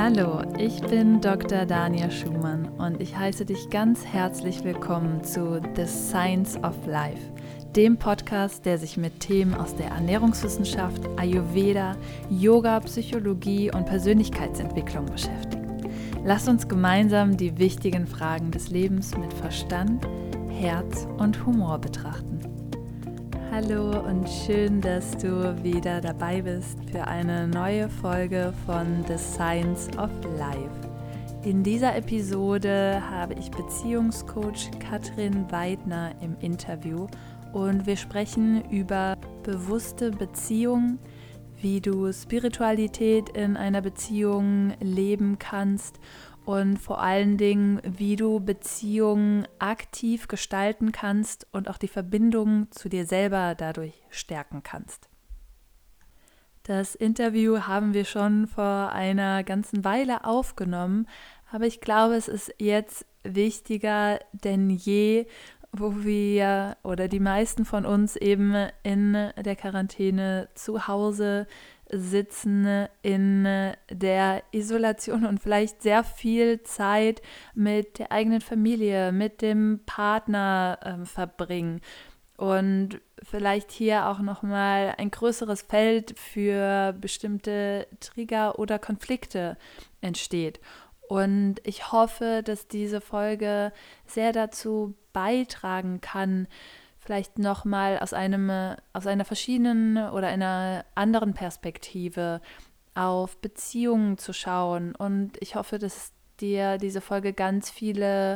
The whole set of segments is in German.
Hallo, ich bin Dr. Dania Schumann und ich heiße dich ganz herzlich willkommen zu The Science of Life, dem Podcast, der sich mit Themen aus der Ernährungswissenschaft, Ayurveda, Yoga, Psychologie und Persönlichkeitsentwicklung beschäftigt. Lass uns gemeinsam die wichtigen Fragen des Lebens mit Verstand, Herz und Humor betrachten. Hallo und schön, dass du wieder dabei bist für eine neue Folge von The Science of Life. In dieser Episode habe ich Beziehungscoach Katrin Weidner im Interview und wir sprechen über bewusste Beziehung, wie du Spiritualität in einer Beziehung leben kannst und vor allen Dingen, wie du Beziehungen aktiv gestalten kannst und auch die Verbindung zu dir selber dadurch stärken kannst. Das Interview haben wir schon vor einer ganzen Weile aufgenommen, aber ich glaube, es ist jetzt wichtiger denn je, wo wir oder die meisten von uns eben in der Quarantäne zu Hause sitzen, in der Isolation und vielleicht sehr viel Zeit mit der eigenen Familie, mit dem Partner verbringen. Und vielleicht hier auch nochmal ein größeres Feld für bestimmte Trigger oder Konflikte entsteht. Und ich hoffe, dass diese Folge sehr dazu beitragen kann, vielleicht nochmal aus einer verschiedenen oder einer anderen Perspektive auf Beziehungen zu schauen. Und ich hoffe, dass dir diese Folge ganz viele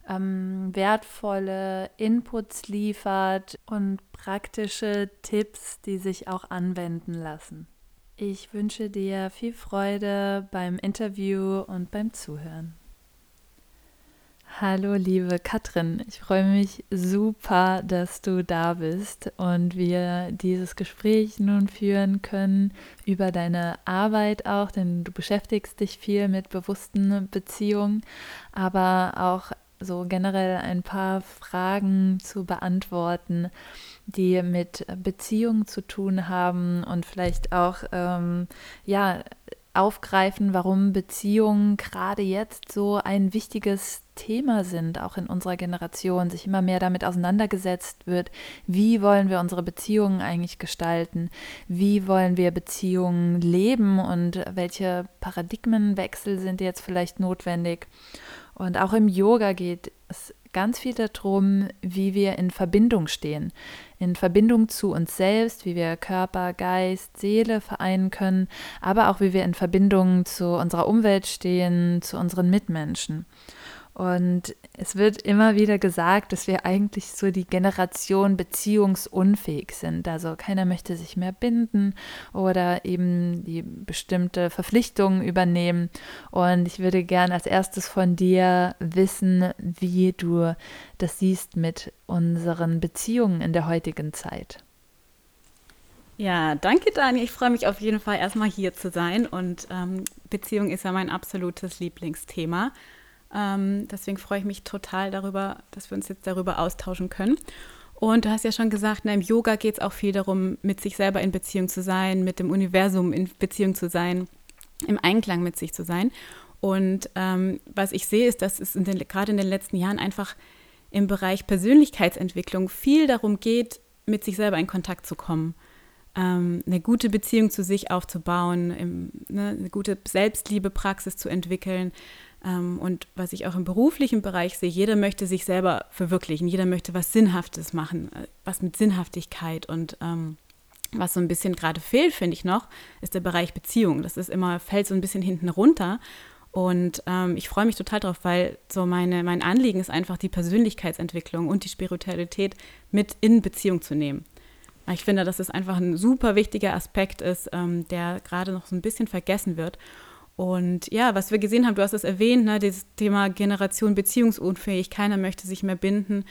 wertvolle Inputs liefert und praktische Tipps, die sich auch anwenden lassen. Ich wünsche dir viel Freude beim Interview und beim Zuhören. Hallo liebe Katrin, ich freue mich super, dass du da bist und wir dieses Gespräch nun führen können über deine Arbeit auch, denn du beschäftigst dich viel mit bewussten Beziehungen, aber auch so generell ein paar Fragen zu beantworten, die mit Beziehungen zu tun haben und vielleicht auch aufgreifen, warum Beziehungen gerade jetzt so ein wichtiges Thema sind, auch in unserer Generation, sich immer mehr damit auseinandergesetzt wird, wie wollen wir unsere Beziehungen eigentlich gestalten, wie wollen wir Beziehungen leben und welche Paradigmenwechsel sind jetzt vielleicht notwendig. Und auch im Yoga geht es ganz viel darum, wie wir in Verbindung stehen, in Verbindung zu uns selbst, wie wir Körper, Geist, Seele vereinen können, aber auch wie wir in Verbindung zu unserer Umwelt stehen, zu unseren Mitmenschen. Und es wird immer wieder gesagt, dass wir eigentlich so die Generation beziehungsunfähig sind. Also keiner möchte sich mehr binden oder eben die bestimmte Verpflichtungen übernehmen. Und ich würde gern als erstes von dir wissen, wie du das siehst mit unseren Beziehungen in der heutigen Zeit. Ja, danke Dani. Ich freue mich auf jeden Fall erstmal hier zu sein. Und Beziehung ist ja mein absolutes Lieblingsthema. Deswegen freue ich mich total darüber, dass wir uns jetzt darüber austauschen können. Und du hast ja schon gesagt, im Yoga geht es auch viel darum, mit sich selber in Beziehung zu sein, mit dem Universum in Beziehung zu sein, im Einklang mit sich zu sein. Und was ich sehe, ist, dass es gerade in den letzten Jahren einfach im Bereich Persönlichkeitsentwicklung viel darum geht, mit sich selber in Kontakt zu kommen. Eine gute Beziehung zu sich aufzubauen, eine gute Selbstliebepraxis zu entwickeln. Und was ich auch im beruflichen Bereich sehe, jeder möchte sich selber verwirklichen, jeder möchte was Sinnhaftes machen, was mit Sinnhaftigkeit und was so ein bisschen gerade fehlt, finde ich noch, ist der Bereich Beziehung. Das fällt so ein bisschen hinten runter und ich freue mich total drauf, weil so mein Anliegen ist einfach, die Persönlichkeitsentwicklung und die Spiritualität mit in Beziehung zu nehmen. Ich finde, dass es einfach ein super wichtiger Aspekt ist, der gerade noch so ein bisschen vergessen wird. Und ja, was wir gesehen haben, du hast es erwähnt, das Thema Generation beziehungsunfähig, keiner möchte sich mehr binden.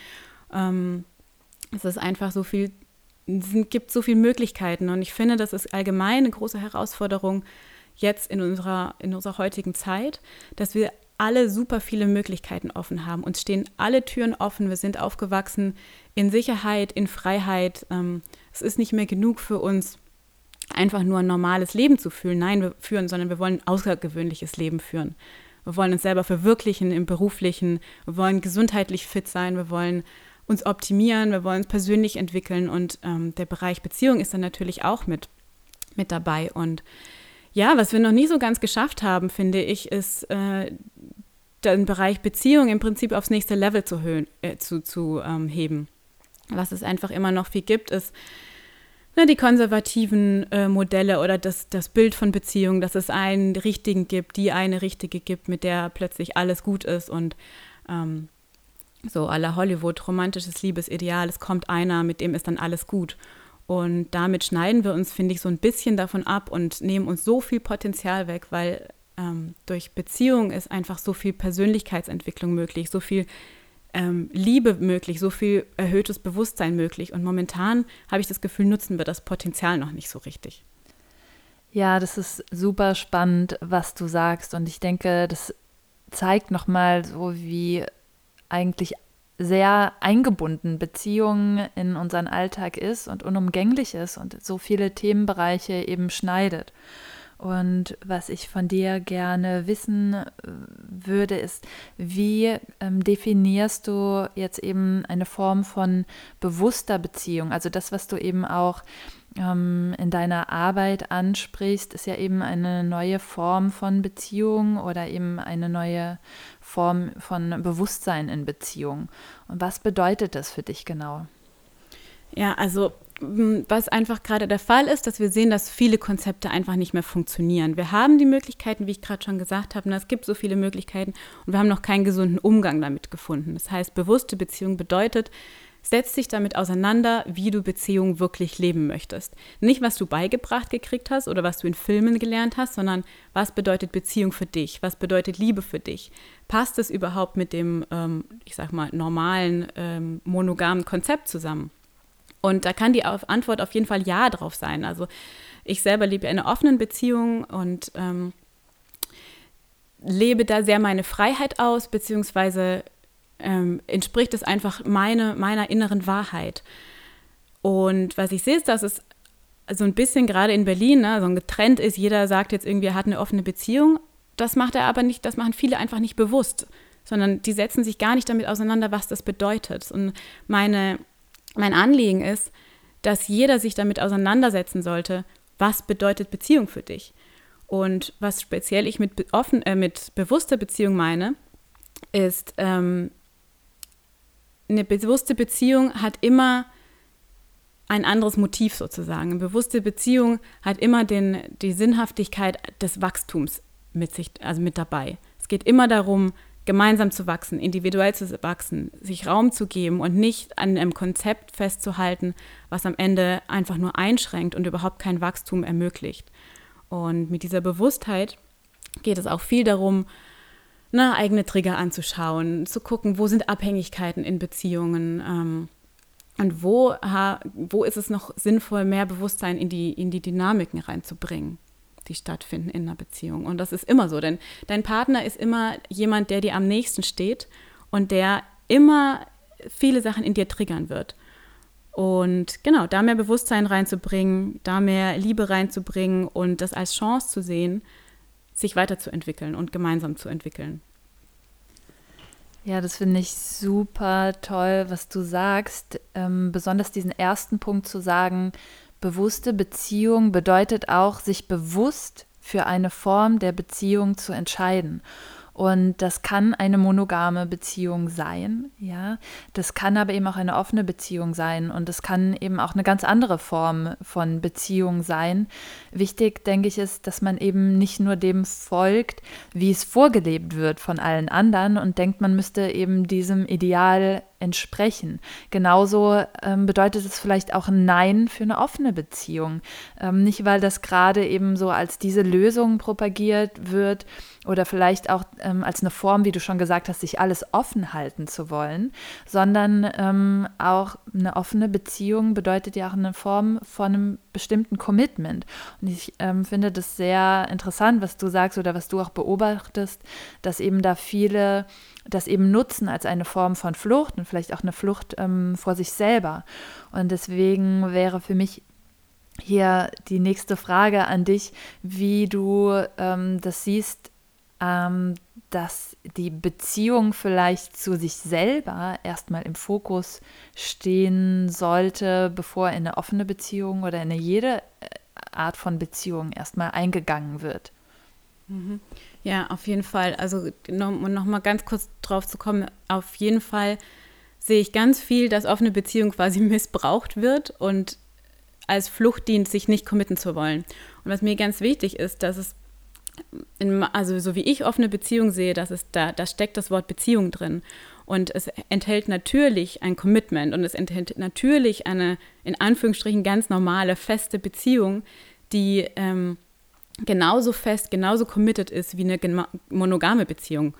Es ist einfach gibt so viele Möglichkeiten und ich finde, das ist allgemein eine große Herausforderung jetzt in unserer heutigen Zeit, dass wir alle super viele Möglichkeiten offen haben. Uns stehen alle Türen offen, wir sind aufgewachsen in Sicherheit, in Freiheit. Es ist nicht mehr genug für uns, einfach nur ein normales Leben zu führen, sondern wir wollen ein außergewöhnliches Leben führen. Wir wollen uns selber verwirklichen im Beruflichen, wir wollen gesundheitlich fit sein, wir wollen uns optimieren, wir wollen uns persönlich entwickeln und der Bereich Beziehung ist dann natürlich auch mit dabei. Und ja, was wir noch nie so ganz geschafft haben, finde ich, ist den Bereich Beziehung im Prinzip aufs nächste Level zu heben. Was es einfach immer noch viel gibt, ist die konservativen Modelle oder das Bild von Beziehung, dass es einen Richtigen gibt, die eine Richtige gibt, mit der plötzlich alles gut ist und so à la Hollywood, romantisches Liebesideal, es kommt einer, mit dem ist dann alles gut. Und damit schneiden wir uns, finde ich, so ein bisschen davon ab und nehmen uns so viel Potenzial weg, weil durch Beziehung ist einfach so viel Persönlichkeitsentwicklung möglich, so viel Liebe möglich, so viel erhöhtes Bewusstsein möglich. Und momentan habe ich das Gefühl, nutzen wir das Potenzial noch nicht so richtig. Ja, das ist super spannend, was du sagst. Und ich denke, das zeigt nochmal so, wie eigentlich sehr eingebunden Beziehung in unseren Alltag ist und unumgänglich ist und so viele Themenbereiche eben schneidet. Und was ich von dir gerne wissen würde, ist, wie definierst du jetzt eben eine Form von bewusster Beziehung? Also das, was du eben auch in deiner Arbeit ansprichst, ist ja eben eine neue Form von Beziehung oder eben eine neue Form von Bewusstsein in Beziehung. Und was bedeutet das für dich genau? Ja, also was einfach gerade der Fall ist, dass wir sehen, dass viele Konzepte einfach nicht mehr funktionieren. Wir haben die Möglichkeiten, wie ich gerade schon gesagt habe, es gibt so viele Möglichkeiten und wir haben noch keinen gesunden Umgang damit gefunden. Das heißt, bewusste Beziehung bedeutet, setz dich damit auseinander, wie du Beziehung wirklich leben möchtest. Nicht, was du beigebracht gekriegt hast oder was du in Filmen gelernt hast, sondern was bedeutet Beziehung für dich? Was bedeutet Liebe für dich? Passt es überhaupt mit dem, normalen, monogamen Konzept zusammen? Und da kann die Antwort auf jeden Fall Ja drauf sein. Also ich selber lebe in einer offenen Beziehung und lebe da sehr meine Freiheit aus, beziehungsweise entspricht es einfach meiner inneren Wahrheit. Und was ich sehe, ist, dass es so ein bisschen gerade in Berlin so ein Trend ist, jeder sagt jetzt irgendwie, er hat eine offene Beziehung. Das macht er aber nicht, das machen viele einfach nicht bewusst, sondern die setzen sich gar nicht damit auseinander, was das bedeutet. Und mein Anliegen ist, dass jeder sich damit auseinandersetzen sollte, was bedeutet Beziehung für dich. Und was speziell ich mit bewusster Beziehung meine, ist, eine bewusste Beziehung hat immer ein anderes Motiv sozusagen. Eine bewusste Beziehung hat immer die Sinnhaftigkeit des Wachstums mit dabei. Es geht immer darum, gemeinsam zu wachsen, individuell zu wachsen, sich Raum zu geben und nicht an einem Konzept festzuhalten, was am Ende einfach nur einschränkt und überhaupt kein Wachstum ermöglicht. Und mit dieser Bewusstheit geht es auch viel darum, eigene Trigger anzuschauen, zu gucken, wo sind Abhängigkeiten in Beziehungen und wo ist es noch sinnvoll, mehr Bewusstsein in die Dynamiken reinzubringen, die stattfinden in einer Beziehung. Und das ist immer so, denn dein Partner ist immer jemand, der dir am nächsten steht und der immer viele Sachen in dir triggern wird. Und genau, da mehr Bewusstsein reinzubringen, da mehr Liebe reinzubringen und das als Chance zu sehen, sich weiterzuentwickeln und gemeinsam zu entwickeln. Ja, das finde ich super toll, was du sagst. Besonders diesen ersten Punkt zu sagen, bewusste Beziehung bedeutet auch, sich bewusst für eine Form der Beziehung zu entscheiden. Und das kann eine monogame Beziehung sein, ja. Das kann aber eben auch eine offene Beziehung sein und es kann eben auch eine ganz andere Form von Beziehung sein. Wichtig, denke ich, ist, dass man eben nicht nur dem folgt, wie es vorgelebt wird von allen anderen und denkt, man müsste eben diesem Ideal entsprechen. Genauso bedeutet es vielleicht auch ein Nein für eine offene Beziehung. Nicht, weil das gerade eben so als diese Lösung propagiert wird oder vielleicht auch als eine Form, wie du schon gesagt hast, sich alles offen halten zu wollen, sondern auch eine offene Beziehung bedeutet ja auch eine Form von einem bestimmten Commitment. Und ich finde das sehr interessant, was du sagst oder was du auch beobachtest, dass eben da viele das eben nutzen als eine Form von Flucht und vielleicht auch eine Flucht vor sich selber. Und deswegen wäre für mich hier die nächste Frage an dich, wie du das siehst, dass die Beziehung vielleicht zu sich selber erstmal im Fokus stehen sollte, bevor in eine offene Beziehung oder in jede Art von Beziehung erstmal eingegangen wird. Ja, auf jeden Fall. Also noch mal ganz kurz drauf zu kommen, auf jeden Fall sehe ich ganz viel, dass offene Beziehung quasi missbraucht wird und als Flucht dient, sich nicht committen zu wollen. Und was mir ganz wichtig ist, dass es, also so wie ich offene Beziehung sehe, dass es da steckt das Wort Beziehung drin. Und es enthält natürlich ein Commitment und es enthält natürlich eine, in Anführungsstrichen, ganz normale, feste Beziehung, die genauso fest, genauso committed ist wie eine monogame Beziehung.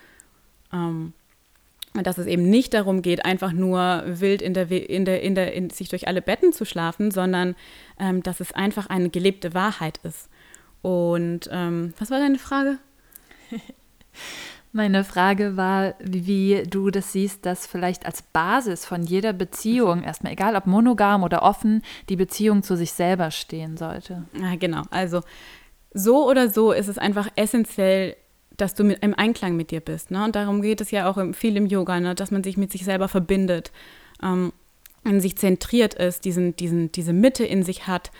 Und dass es eben nicht darum geht, einfach nur wild sich durch alle Betten zu schlafen, sondern dass es einfach eine gelebte Wahrheit ist. Und was war deine Frage? Meine Frage war, wie du das siehst, dass vielleicht als Basis von jeder Beziehung, erstmal egal ob monogam oder offen, die Beziehung zu sich selber stehen sollte. Ja, genau. Also so oder so ist es einfach essentiell, dass du im Einklang mit dir bist. Ne? Und darum geht es ja auch viel im Yoga, ne? Dass man sich mit sich selber verbindet, in sich zentriert ist, diese Mitte in sich hat,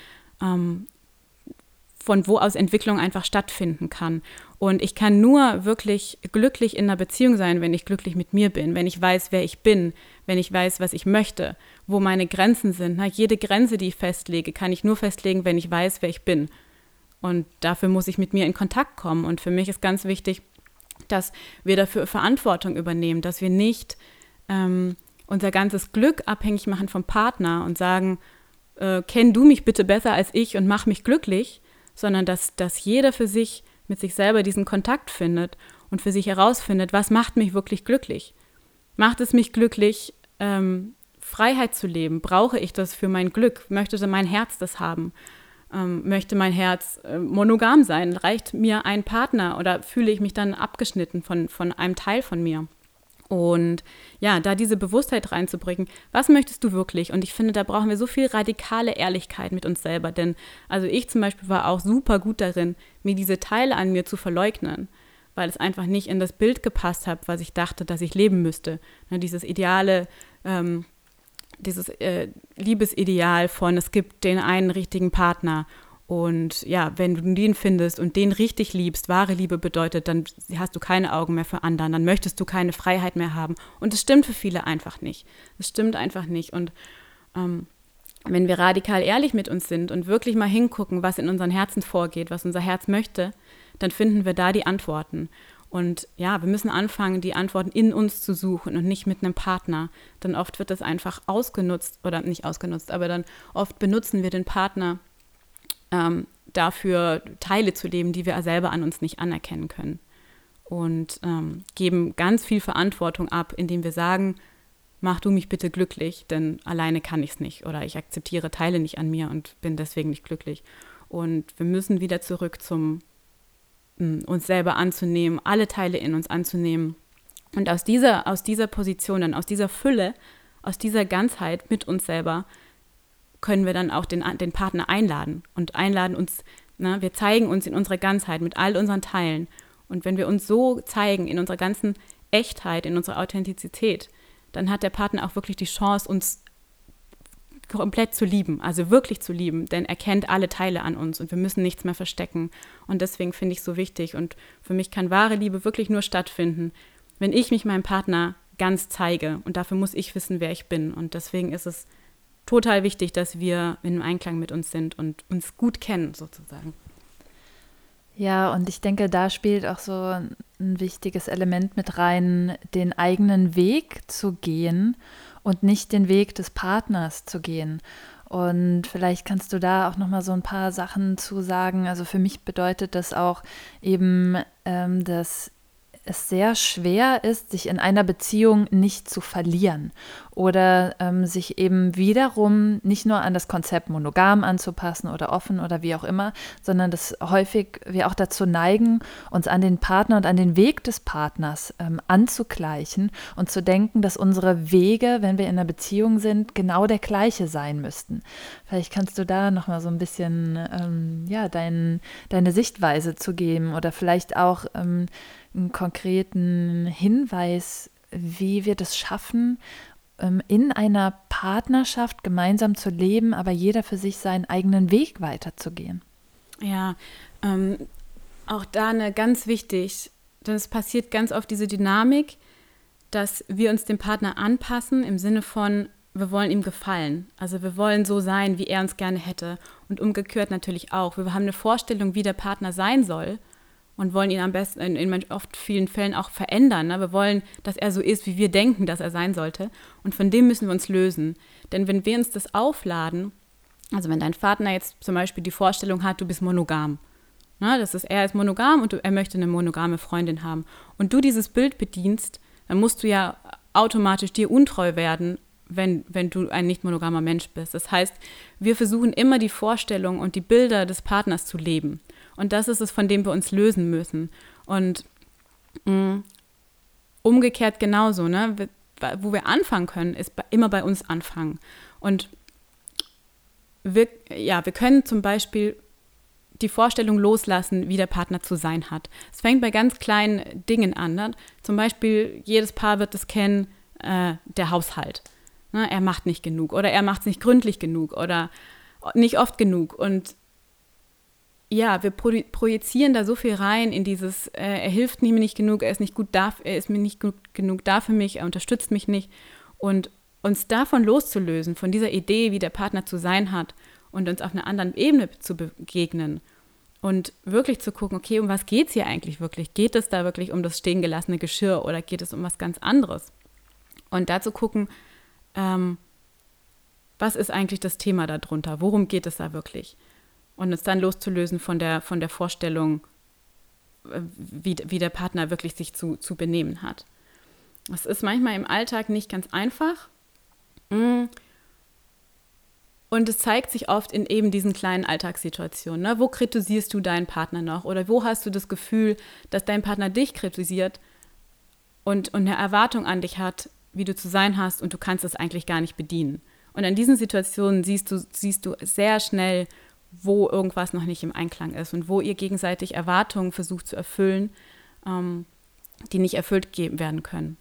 von wo aus Entwicklung einfach stattfinden kann. Und ich kann nur wirklich glücklich in einer Beziehung sein, wenn ich glücklich mit mir bin, wenn ich weiß, wer ich bin, wenn ich weiß, was ich möchte, wo meine Grenzen sind. Na, jede Grenze, die ich festlege, kann ich nur festlegen, wenn ich weiß, wer ich bin. Und dafür muss ich mit mir in Kontakt kommen. Und für mich ist ganz wichtig, dass wir dafür Verantwortung übernehmen, dass wir nicht unser ganzes Glück abhängig machen vom Partner und sagen, kenn du mich bitte besser als ich und mach mich glücklich, sondern dass jeder für sich mit sich selber diesen Kontakt findet und für sich herausfindet, was macht mich wirklich glücklich? Macht es mich glücklich, Freiheit zu leben? Brauche ich das für mein Glück? Möchte mein Herz das haben? Möchte mein Herz monogam sein? Reicht mir ein Partner oder fühle ich mich dann abgeschnitten von einem Teil von mir? Und ja, da diese Bewusstheit reinzubringen, was möchtest du wirklich? Und ich finde, da brauchen wir so viel radikale Ehrlichkeit mit uns selber, denn also ich zum Beispiel war auch super gut darin, mir diese Teile an mir zu verleugnen, weil es einfach nicht in das Bild gepasst hat, was ich dachte, dass ich leben müsste. Ne, dieses ideale, Liebesideal von, es gibt den einen richtigen Partner und ja, wenn du den findest und den richtig liebst, wahre Liebe bedeutet, dann hast du keine Augen mehr für anderen, dann möchtest du keine Freiheit mehr haben und das stimmt für viele einfach nicht. Das stimmt einfach nicht und wenn wir radikal ehrlich mit uns sind und wirklich mal hingucken, was in unseren Herzen vorgeht, was unser Herz möchte, dann finden wir da die Antworten. Und ja, wir müssen anfangen, die Antworten in uns zu suchen und nicht mit einem Partner. Denn oft wird das einfach ausgenutzt, oder nicht ausgenutzt, aber dann oft benutzen wir den Partner dafür, Teile zu leben, die wir selber an uns nicht anerkennen können. Und geben ganz viel Verantwortung ab, indem wir sagen, mach du mich bitte glücklich, denn alleine kann ich es nicht. Oder ich akzeptiere Teile nicht an mir und bin deswegen nicht glücklich. Und wir müssen wieder zurück uns selber anzunehmen, alle Teile in uns anzunehmen. Und aus dieser Position, dann aus dieser Fülle, aus dieser Ganzheit mit uns selber, können wir dann auch den Partner einladen und einladen uns, wir zeigen uns in unserer Ganzheit mit all unseren Teilen. Und wenn wir uns so zeigen, in unserer ganzen Echtheit, in unserer Authentizität, dann hat der Partner auch wirklich die Chance, uns komplett zu lieben, also wirklich zu lieben, denn er kennt alle Teile an uns und wir müssen nichts mehr verstecken. Und deswegen finde ich es so wichtig und für mich kann wahre Liebe wirklich nur stattfinden, wenn ich mich meinem Partner ganz zeige und dafür muss ich wissen, wer ich bin. Und deswegen ist es total wichtig, dass wir in Einklang mit uns sind und uns gut kennen sozusagen. Ja, und ich denke, da spielt auch so ein wichtiges Element mit rein, den eigenen Weg zu gehen und nicht den Weg des Partners zu gehen. Und vielleicht kannst du da auch nochmal so ein paar Sachen zu sagen. Also für mich bedeutet das auch eben, dass es sehr schwer ist, sich in einer Beziehung nicht zu verlieren oder sich eben wiederum nicht nur an das Konzept monogam anzupassen oder offen oder wie auch immer, sondern dass häufig wir auch dazu neigen, uns an den Partner und an den Weg des Partners anzugleichen und zu denken, dass unsere Wege, wenn wir in einer Beziehung sind, genau der gleiche sein müssten. Vielleicht kannst du da nochmal so ein bisschen deine Sichtweise zu geben oder vielleicht auch einen konkreten Hinweis, wie wir das schaffen, in einer Partnerschaft gemeinsam zu leben, aber jeder für sich seinen eigenen Weg weiterzugehen. Ja, auch da ganz wichtig, denn es passiert ganz oft diese Dynamik, dass wir uns dem Partner anpassen im Sinne von, wir wollen ihm gefallen. Also wir wollen so sein, wie er uns gerne hätte. Und umgekehrt natürlich auch. Wir haben eine Vorstellung, wie der Partner sein soll und wollen ihn am besten in oft vielen Fällen auch verändern. Ne? Wir wollen, dass er so ist, wie wir denken, dass er sein sollte. Und von dem müssen wir uns lösen. Denn wenn wir uns das aufladen, also wenn dein Partner jetzt zum Beispiel die Vorstellung hat, du bist monogam, ne? Er ist monogam und er möchte eine monogame Freundin haben. Und du dieses Bild bedienst, dann musst du ja automatisch dir untreu werden, wenn du ein nicht monogamer Mensch bist. Das heißt, wir versuchen immer die Vorstellung und die Bilder des Partners zu leben. Und das ist es, von dem wir uns lösen müssen. Und umgekehrt genauso, ne? Wo wir anfangen können, ist immer bei uns anfangen. Und wir können zum Beispiel die Vorstellung loslassen, wie der Partner zu sein hat. Es fängt bei ganz kleinen Dingen an. Ne? Zum Beispiel, jedes Paar wird es kennen, der Haushalt. Ne? Er macht nicht genug oder er macht es nicht gründlich genug oder nicht oft genug. Und ja, wir projizieren da so viel rein in dieses, er hilft mir nicht genug, er ist mir nicht gut genug da für mich, er unterstützt mich nicht. Und uns davon loszulösen, von dieser Idee, wie der Partner zu sein hat und uns auf einer anderen Ebene zu begegnen und wirklich zu gucken, okay, um was geht es hier eigentlich wirklich? Geht es da wirklich um das stehen gelassene Geschirr oder geht es um was ganz anderes? Und da zu gucken, was ist eigentlich das Thema darunter? Worum geht es da wirklich? Und uns dann loszulösen von der Vorstellung, wie der Partner wirklich sich zu benehmen hat. Das ist manchmal im Alltag nicht ganz einfach. Und es zeigt sich oft in eben diesen kleinen Alltagssituationen. Ne? Wo kritisierst du deinen Partner noch? Oder wo hast du das Gefühl, dass dein Partner dich kritisiert und eine Erwartung an dich hat, wie du zu sein hast und du kannst es eigentlich gar nicht bedienen. Und in diesen Situationen siehst du sehr schnell, wo irgendwas noch nicht im Einklang ist und wo ihr gegenseitig Erwartungen versucht zu erfüllen, die nicht erfüllt werden können.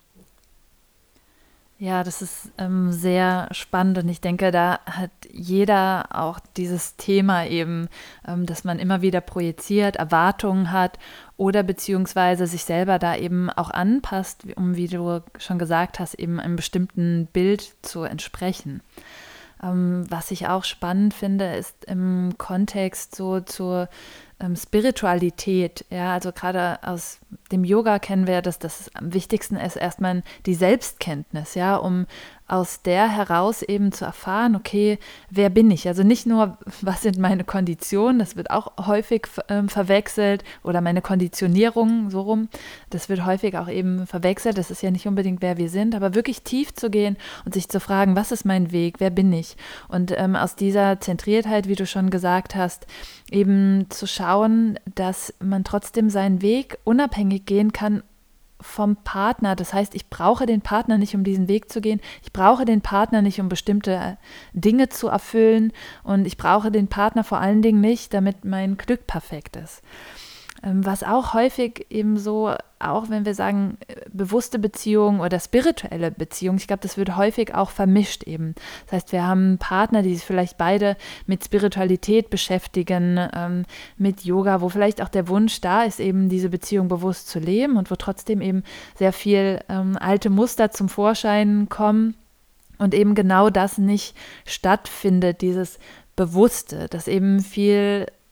Ja, das ist sehr spannend und ich denke, da hat jeder auch dieses Thema eben, dass man immer wieder projiziert, Erwartungen hat oder beziehungsweise sich selber da eben auch anpasst, um, wie du schon gesagt hast, eben einem bestimmten Bild zu entsprechen. Was ich auch spannend finde, ist im Kontext so zur Spiritualität, ja, also gerade aus dem Yoga kennen wir, dass das am wichtigsten ist erstmal die Selbstkenntnis, ja, um aus der heraus eben zu erfahren, okay, wer bin ich? Also nicht nur, was sind meine Konditionen, das wird auch häufig verwechselt oder meine Konditionierung, so rum, das wird häufig auch eben verwechselt, das ist ja nicht unbedingt, wer wir sind, aber wirklich tief zu gehen und sich zu fragen, was ist mein Weg, wer bin ich? Und aus dieser Zentriertheit, wie du schon gesagt hast, eben zu schauen, dass man trotzdem seinen Weg unabhängig gehen kann vom Partner. Das heißt, ich brauche den Partner nicht, um diesen Weg zu gehen. Ich brauche den Partner nicht, um bestimmte Dinge zu erfüllen. Und ich brauche den Partner vor allen Dingen nicht, damit mein Glück perfekt ist. Was auch häufig eben so, auch wenn wir sagen, bewusste Beziehung oder spirituelle Beziehung, ich glaube, das wird häufig auch vermischt eben. Das heißt, wir haben Partner, die sich vielleicht beide mit Spiritualität beschäftigen, mit Yoga, wo vielleicht auch der Wunsch da ist, eben diese Beziehung bewusst zu leben und wo trotzdem eben sehr viel alte Muster zum Vorschein kommen und eben genau das nicht stattfindet, dieses Bewusste, dass eben viel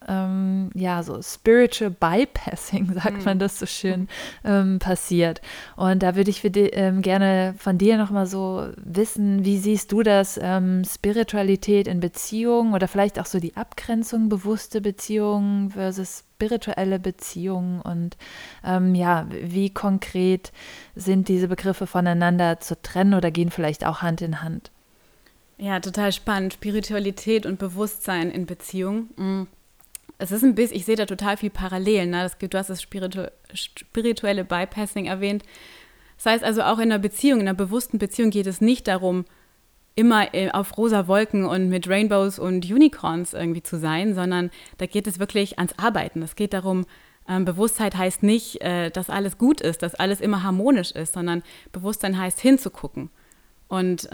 so Spiritual Bypassing, sagt man das so schön, passiert. Und da würde ich gerne von dir nochmal so wissen, wie siehst du das, Spiritualität in Beziehungen oder vielleicht auch so die Abgrenzung bewusste Beziehungen versus spirituelle Beziehungen und wie konkret sind diese Begriffe voneinander zu trennen oder gehen vielleicht auch Hand in Hand? Ja, total spannend. Spiritualität und Bewusstsein in Beziehung. Es ist ein bisschen, ich sehe da total viel Parallelen. Ne? Du hast das spirituelle Bypassing erwähnt. Das heißt also auch in einer Beziehung, in einer bewussten Beziehung geht es nicht darum, immer auf rosa Wolken und mit Rainbows und Unicorns irgendwie zu sein, sondern da geht es wirklich ans Arbeiten. Es geht darum, Bewusstheit heißt nicht, dass alles gut ist, dass alles immer harmonisch ist, sondern Bewusstsein heißt hinzugucken. Und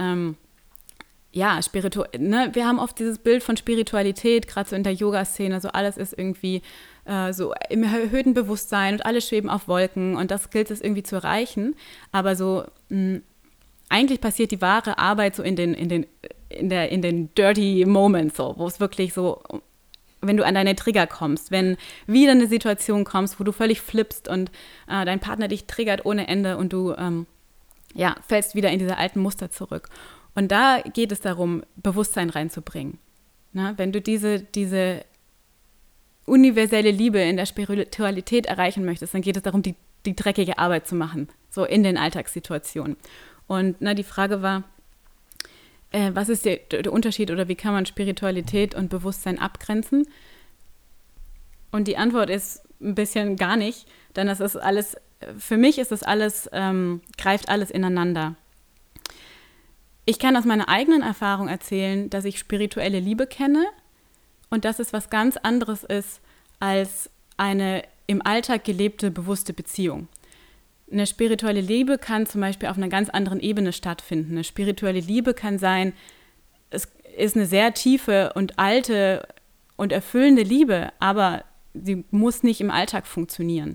wir haben oft dieses Bild von Spiritualität, gerade so in der Yoga-Szene, so alles ist irgendwie so im erhöhten Bewusstsein und alle schweben auf Wolken und das gilt es irgendwie zu erreichen. Aber so eigentlich passiert die wahre Arbeit so in den dirty Moments, so, wo es wirklich so, wenn du an deine Trigger kommst, wenn wieder eine Situation kommst, wo du völlig flippst und dein Partner dich triggert ohne Ende und du fällst wieder in diese alten Muster zurück. Und da geht es darum, Bewusstsein reinzubringen. Na, wenn du diese universelle Liebe in der Spiritualität erreichen möchtest, dann geht es darum, die dreckige Arbeit zu machen, so in den Alltagssituationen. Und die Frage war, was ist der Unterschied oder wie kann man Spiritualität und Bewusstsein abgrenzen? Und die Antwort ist ein bisschen gar nicht, denn das ist alles, für mich ist das alles, greift alles ineinander. Ich kann aus meiner eigenen Erfahrung erzählen, dass ich spirituelle Liebe kenne und dass es was ganz anderes ist als eine im Alltag gelebte, bewusste Beziehung. Eine spirituelle Liebe kann zum Beispiel auf einer ganz anderen Ebene stattfinden. Eine spirituelle Liebe kann sein, es ist eine sehr tiefe und alte und erfüllende Liebe, aber sie muss nicht im Alltag funktionieren.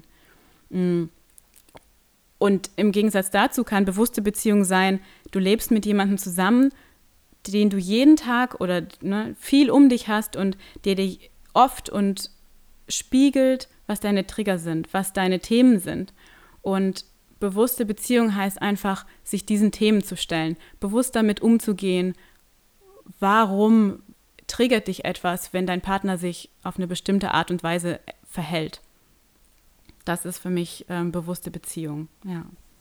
Und im Gegensatz dazu kann bewusste Beziehung sein, du lebst mit jemandem zusammen, den du jeden Tag oder viel um dich hast und der dich oft und spiegelt, was deine Trigger sind, was deine Themen sind. Und bewusste Beziehung heißt einfach, sich diesen Themen zu stellen, bewusst damit umzugehen, warum triggert dich etwas, wenn dein Partner sich auf eine bestimmte Art und Weise verhält. Das ist für mich bewusste Beziehung, ja.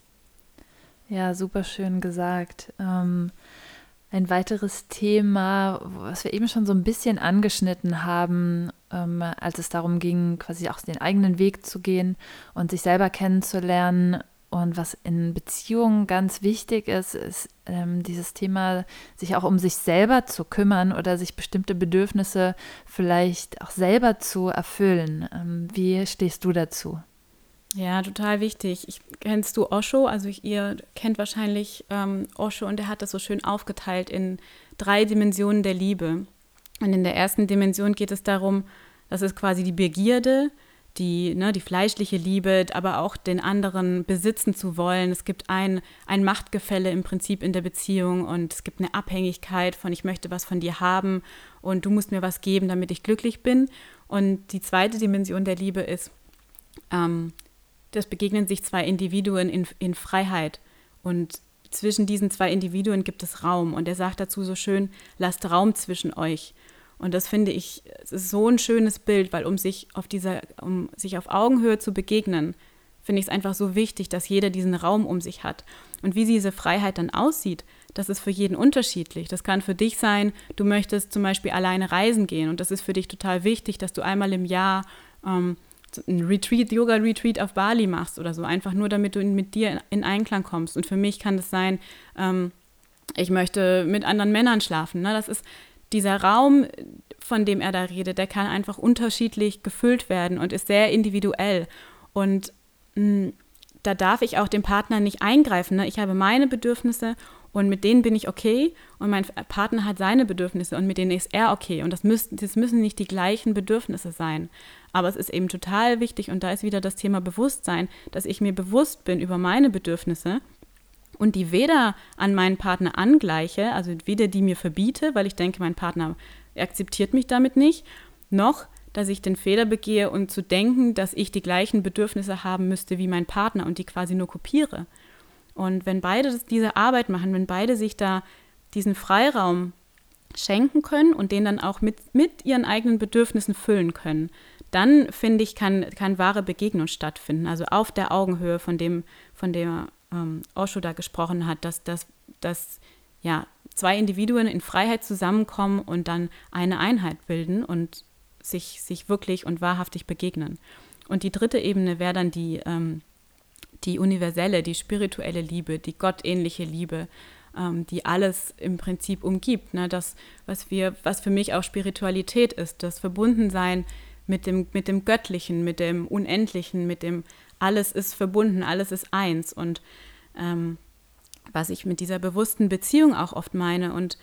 Ja, super schön gesagt. Ein weiteres Thema, was wir eben schon so ein bisschen angeschnitten haben, als es darum ging, quasi auch den eigenen Weg zu gehen und sich selber kennenzulernen. Und was in Beziehungen ganz wichtig ist, ist dieses Thema, sich auch um sich selber zu kümmern oder sich bestimmte Bedürfnisse vielleicht auch selber zu erfüllen. Wie stehst du dazu? Ja, total wichtig. Kennst du Osho? Also ihr kennt wahrscheinlich Osho und er hat das so schön aufgeteilt in 3 Dimensionen der Liebe. Und in der ersten Dimension geht es darum, das ist quasi die Begierde, die fleischliche Liebe, aber auch den anderen besitzen zu wollen. Es gibt ein Machtgefälle im Prinzip in der Beziehung und es gibt eine Abhängigkeit von ich möchte was von dir haben und du musst mir was geben, damit ich glücklich bin. Und die zweite Dimension der Liebe ist, das begegnen sich 2 Individuen in Freiheit und zwischen diesen 2 Individuen gibt es Raum und er sagt dazu so schön, lasst Raum zwischen euch. Und das finde ich, es ist so ein schönes Bild, weil um sich auf Augenhöhe zu begegnen, finde ich es einfach so wichtig, dass jeder diesen Raum um sich hat. Und wie diese Freiheit dann aussieht, das ist für jeden unterschiedlich. Das kann für dich sein, du möchtest zum Beispiel alleine reisen gehen und das ist für dich total wichtig, dass du einmal im Jahr ein Yoga-Retreat auf Bali machst oder so, einfach nur, damit du mit dir in Einklang kommst. Und für mich kann das sein, ich möchte mit anderen Männern schlafen. Ne? Das ist dieser Raum, von dem er da redet, der kann einfach unterschiedlich gefüllt werden und ist sehr individuell. Und da darf ich auch dem Partner nicht eingreifen. Ne? Ich habe meine Bedürfnisse und mit denen bin ich okay und mein Partner hat seine Bedürfnisse und mit denen ist er okay. Und das müssen nicht die gleichen Bedürfnisse sein. Aber es ist eben total wichtig und da ist wieder das Thema Bewusstsein, dass ich mir bewusst bin über meine Bedürfnisse und die weder an meinen Partner angleiche, also weder die mir verbiete, weil ich denke, mein Partner akzeptiert mich damit nicht, noch dass ich den Fehler begehe und zu denken, dass ich die gleichen Bedürfnisse haben müsste wie mein Partner und die quasi nur kopiere. Und wenn beide diese Arbeit machen, wenn beide sich da diesen Freiraum schenken können und den dann auch mit ihren eigenen Bedürfnissen füllen können, dann, finde ich, kann wahre Begegnung stattfinden. Also auf der Augenhöhe, von dem Osho da gesprochen hat, dass zwei Individuen in Freiheit zusammenkommen und dann eine Einheit bilden und sich wirklich und wahrhaftig begegnen. Und die dritte Ebene wäre dann die universelle, die spirituelle Liebe, die gottähnliche Liebe, die alles im Prinzip umgibt. Ne? Das, was für mich auch Spiritualität ist, das Verbundensein mit dem Göttlichen, mit dem Unendlichen, mit dem alles ist verbunden, alles ist eins. Und was ich mit dieser bewussten Beziehung auch oft meine und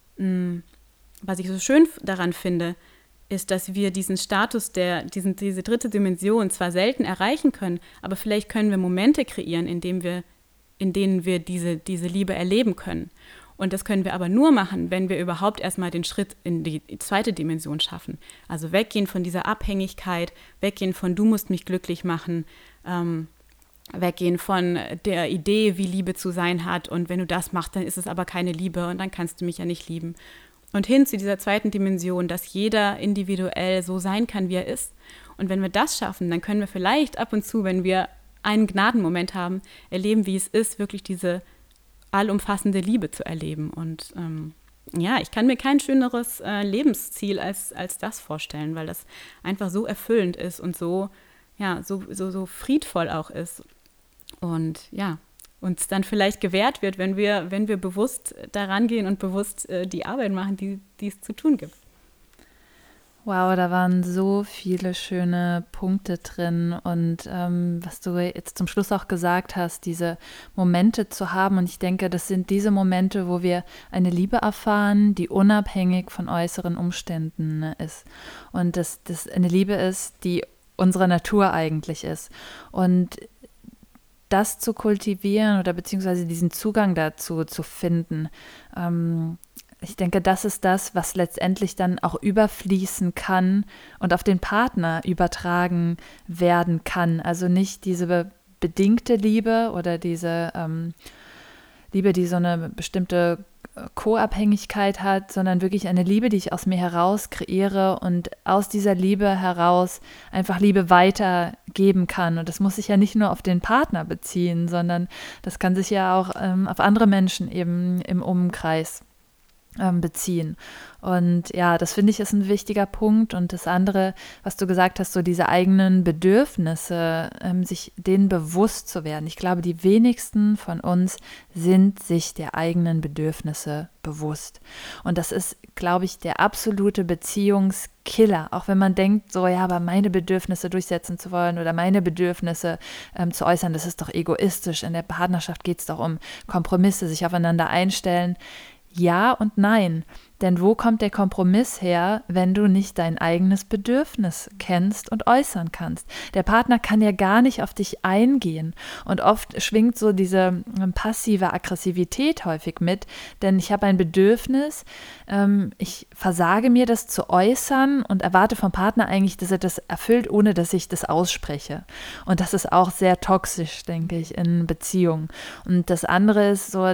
was ich so schön daran finde, ist, dass wir diesen Status, diese dritte Dimension zwar selten erreichen können, aber vielleicht können wir Momente kreieren, in denen wir diese Liebe erleben können. Und das können wir aber nur machen, wenn wir überhaupt erstmal den Schritt in die zweite Dimension schaffen. Also weggehen von dieser Abhängigkeit, weggehen von du musst mich glücklich machen, weggehen von der Idee, wie Liebe zu sein hat und wenn du das machst, dann ist es aber keine Liebe und dann kannst du mich ja nicht lieben. Und hin zu dieser zweiten Dimension, dass jeder individuell so sein kann, wie er ist. Und wenn wir das schaffen, dann können wir vielleicht ab und zu, wenn wir einen Gnadenmoment haben, erleben, wie es ist, wirklich diese allumfassende Liebe zu erleben. Und ich kann mir kein schöneres Lebensziel als das vorstellen, weil das einfach so erfüllend ist und so friedvoll auch ist. Und ja, uns dann vielleicht gewährt wird, wenn wir bewusst daran gehen und bewusst die Arbeit machen, die es zu tun gibt. Wow, da waren so viele schöne Punkte drin und was du jetzt zum Schluss auch gesagt hast, diese Momente zu haben, und ich denke, das sind diese Momente, wo wir eine Liebe erfahren, die unabhängig von äußeren Umständen ist und das eine Liebe ist, die unsere Natur eigentlich ist und das zu kultivieren oder beziehungsweise diesen Zugang dazu zu finden, ich denke, das ist das, was letztendlich dann auch überfließen kann und auf den Partner übertragen werden kann. Also nicht diese bedingte Liebe oder diese Liebe, die so eine bestimmte Co-Abhängigkeit hat, sondern wirklich eine Liebe, die ich aus mir heraus kreiere und aus dieser Liebe heraus einfach Liebe weitergeben kann. Und das muss sich ja nicht nur auf den Partner beziehen, sondern das kann sich ja auch auf andere Menschen eben im Umkreis beziehen. Und ja, das finde ich ist ein wichtiger Punkt. Und das andere, was du gesagt hast, so diese eigenen Bedürfnisse, sich denen bewusst zu werden. Ich glaube, die wenigsten von uns sind sich der eigenen Bedürfnisse bewusst. Und das ist, glaube ich, der absolute Beziehungskiller. Auch wenn man denkt, so ja, aber meine Bedürfnisse durchsetzen zu wollen oder meine Bedürfnisse zu äußern, das ist doch egoistisch. In der Partnerschaft geht es doch um Kompromisse, sich aufeinander einstellen. Ja und nein, denn wo kommt der Kompromiss her, wenn du nicht dein eigenes Bedürfnis kennst und äußern kannst? Der Partner kann ja gar nicht auf dich eingehen und oft schwingt so diese passive Aggressivität häufig mit, denn ich habe ein Bedürfnis, ich versage mir das zu äußern und erwarte vom Partner eigentlich, dass er das erfüllt, ohne dass ich das ausspreche. Und das ist auch sehr toxisch, denke ich, in Beziehungen. Und das andere ist so,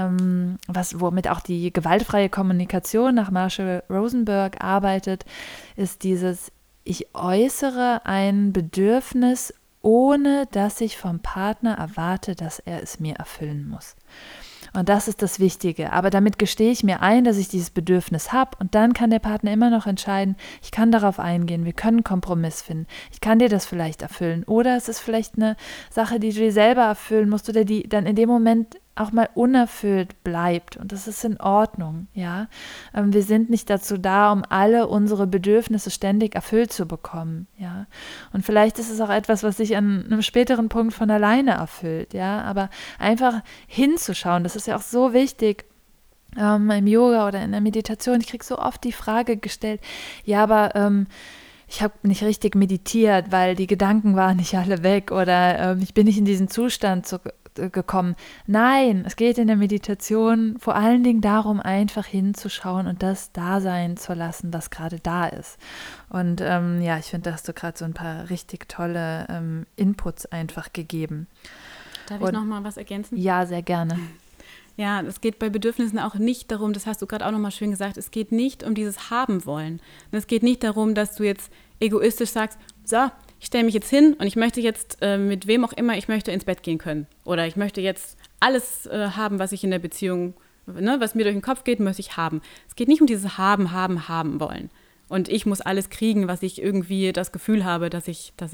womit auch die gewaltfreie Kommunikation nach Marshall Rosenberg arbeitet, ist dieses, ich äußere ein Bedürfnis, ohne dass ich vom Partner erwarte, dass er es mir erfüllen muss. Und das ist das Wichtige. Aber damit gestehe ich mir ein, dass ich dieses Bedürfnis habe und dann kann der Partner immer noch entscheiden, ich kann darauf eingehen, wir können einen Kompromiss finden, ich kann dir das vielleicht erfüllen oder es ist vielleicht eine Sache, die du dir selber erfüllen musst oder die dann in dem Moment auch mal unerfüllt bleibt und das ist in Ordnung, ja. Wir sind nicht dazu da, um alle unsere Bedürfnisse ständig erfüllt zu bekommen, ja. Und vielleicht ist es auch etwas, was sich an einem späteren Punkt von alleine erfüllt, ja. Aber einfach hinzuschauen, das ist ja auch so wichtig. Im Yoga oder in der Meditation, ich kriege so oft die Frage gestellt, ja, aber ich habe nicht richtig meditiert, weil die Gedanken waren nicht alle weg oder ich bin nicht in diesen Zustand gekommen. Nein, es geht in der Meditation vor allen Dingen darum, einfach hinzuschauen und das da sein zu lassen, was gerade da ist. Und ich finde, da hast du gerade so ein paar richtig tolle Inputs einfach gegeben. Darf ich noch mal was ergänzen? Ja, sehr gerne. Ja, es geht bei Bedürfnissen auch nicht darum, das hast du gerade auch nochmal schön gesagt, es geht nicht um dieses Haben wollen. Und es geht nicht darum, dass du jetzt egoistisch sagst, so, ich stelle mich jetzt hin und ich möchte jetzt mit wem auch immer, ich möchte ins Bett gehen können. Oder ich möchte jetzt alles haben, was ich in der Beziehung, was mir durch den Kopf geht, möchte ich haben. Es geht nicht um dieses Haben wollen. Und ich muss alles kriegen, was ich irgendwie das Gefühl habe, dass